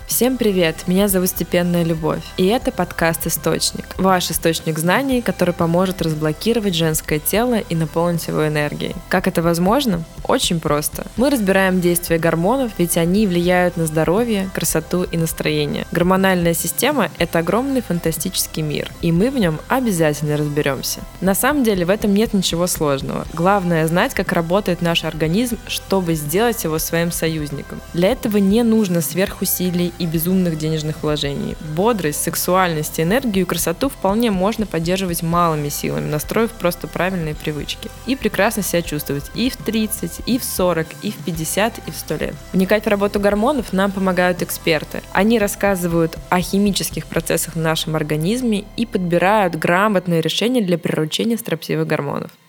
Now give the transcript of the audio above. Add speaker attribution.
Speaker 1: Всем привет! Меня зовут Степенная Любовь, и это подкаст «Источник». Ваш источник знаний, который поможет разблокировать женское тело и наполнить его энергией. Как это возможно? Очень просто. Мы разбираем действия гормонов, ведь они влияют на здоровье, красоту и настроение. Гормональная система – это огромный фантастический мир, и мы в нем обязательно разберемся. На самом деле в этом нет ничего сложного. Главное знать, как работает наш организм, чтобы сделать его своим союзником. Для этого не нужно сверхусилий и безумных денежных вложений. Бодрость, сексуальность, энергию и красоту вполне можно поддерживать малыми силами, настроив просто правильные привычки. И прекрасно себя чувствовать и в 30, и в 40, и в 50, и в 100 лет. Вникать в работу гормонов нам помогают эксперты. Они рассказывают о химических процессах в нашем организме и подбирают грамотные решения для приручения строптивых гормонов.